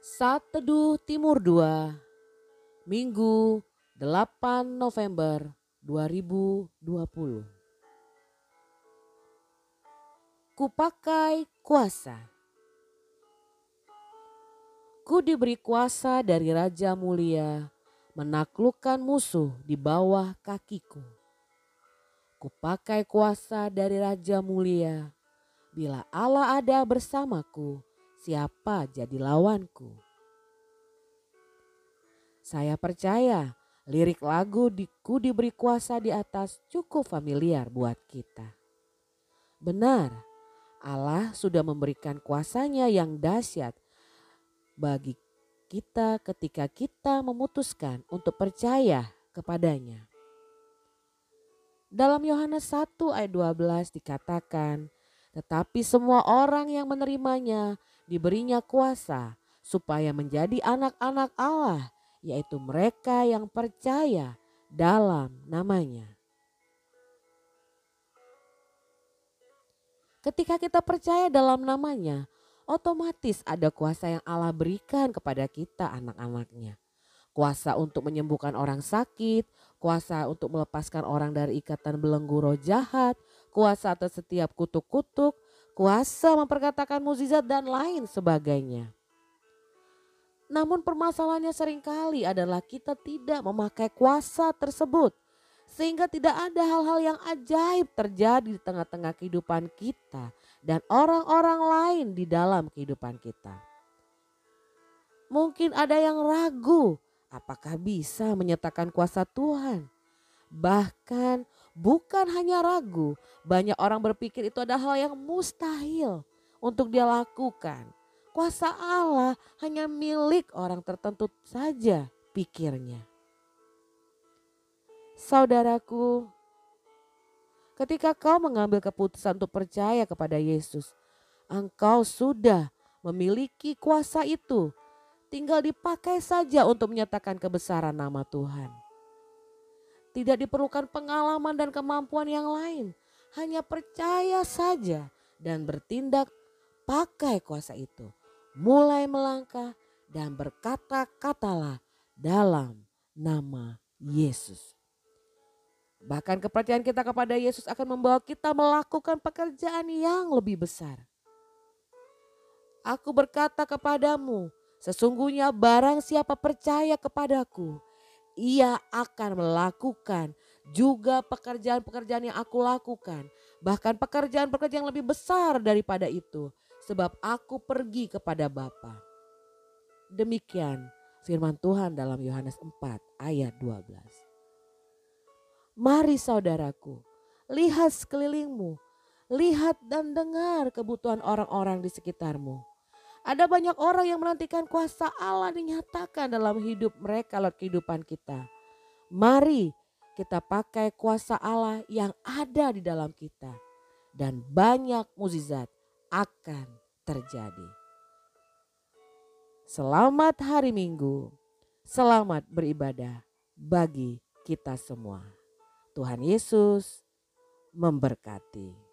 Saat Teduh Timur 2, Minggu 8 November 2020. Kupakai kuasa. Ku diberi kuasa dari Raja Mulia menaklukkan musuh di bawah kakiku. Kupakai kuasa dari Raja Mulia. Bila Allah ada bersamaku, siapa jadi lawanku? Saya percaya lirik lagu Ku diberi kuasa di atas cukup familiar buat kita. Benar, Allah sudah memberikan kuasanya yang dahsyat bagi kita ketika kita memutuskan untuk percaya kepadanya. Dalam Yohanes 1 ayat 12 dikatakan, tetapi semua orang yang menerimanya diberinya kuasa supaya menjadi anak-anak Allah, yaitu mereka yang percaya dalam namanya. Ketika kita percaya dalam namanya, otomatis ada kuasa yang Allah berikan kepada kita anak-anaknya. Kuasa untuk menyembuhkan orang sakit, kuasa untuk melepaskan orang dari ikatan belenggu roh jahat, kuasa atas setiap kutuk-kutuk, kuasa memperkatakan mukjizat dan lain sebagainya. Namun permasalahannya seringkali adalah kita tidak memakai kuasa tersebut. Sehingga tidak ada hal-hal yang ajaib terjadi di tengah-tengah kehidupan kita dan orang-orang lain di dalam kehidupan kita. Mungkin ada yang ragu apakah bisa menyatakan kuasa Tuhan. Bahkan bukan hanya ragu, banyak orang berpikir itu adalah hal yang mustahil untuk dia lakukan. Kuasa Allah hanya milik orang tertentu saja pikirnya. Saudaraku, ketika kau mengambil keputusan untuk percaya kepada Yesus, engkau sudah memiliki kuasa itu. Tinggal dipakai saja untuk menyatakan kebesaran nama Tuhan. Tidak diperlukan pengalaman dan kemampuan yang lain. Hanya percaya saja dan bertindak pakai kuasa itu. Mulai melangkah dan berkata-katalah dalam nama Yesus. Bahkan kepercayaan kita kepada Yesus akan membawa kita melakukan pekerjaan yang lebih besar. Aku berkata kepadamu, sesungguhnya barang siapa percaya kepadaku, ia akan melakukan juga pekerjaan-pekerjaan yang aku lakukan. Bahkan pekerjaan-pekerjaan yang lebih besar daripada itu, sebab aku pergi kepada Bapa. Demikian firman Tuhan dalam Yohanes 4 ayat 12. Mari saudaraku, lihat sekelilingmu, lihat dan dengar kebutuhan orang-orang di sekitarmu. Ada banyak orang yang menantikan kuasa Allah dinyatakan dalam hidup mereka lewat kehidupan kita. Mari kita pakai kuasa Allah yang ada di dalam kita dan banyak mukjizat akan terjadi. Selamat hari Minggu, selamat beribadah bagi kita semua. Tuhan Yesus memberkati.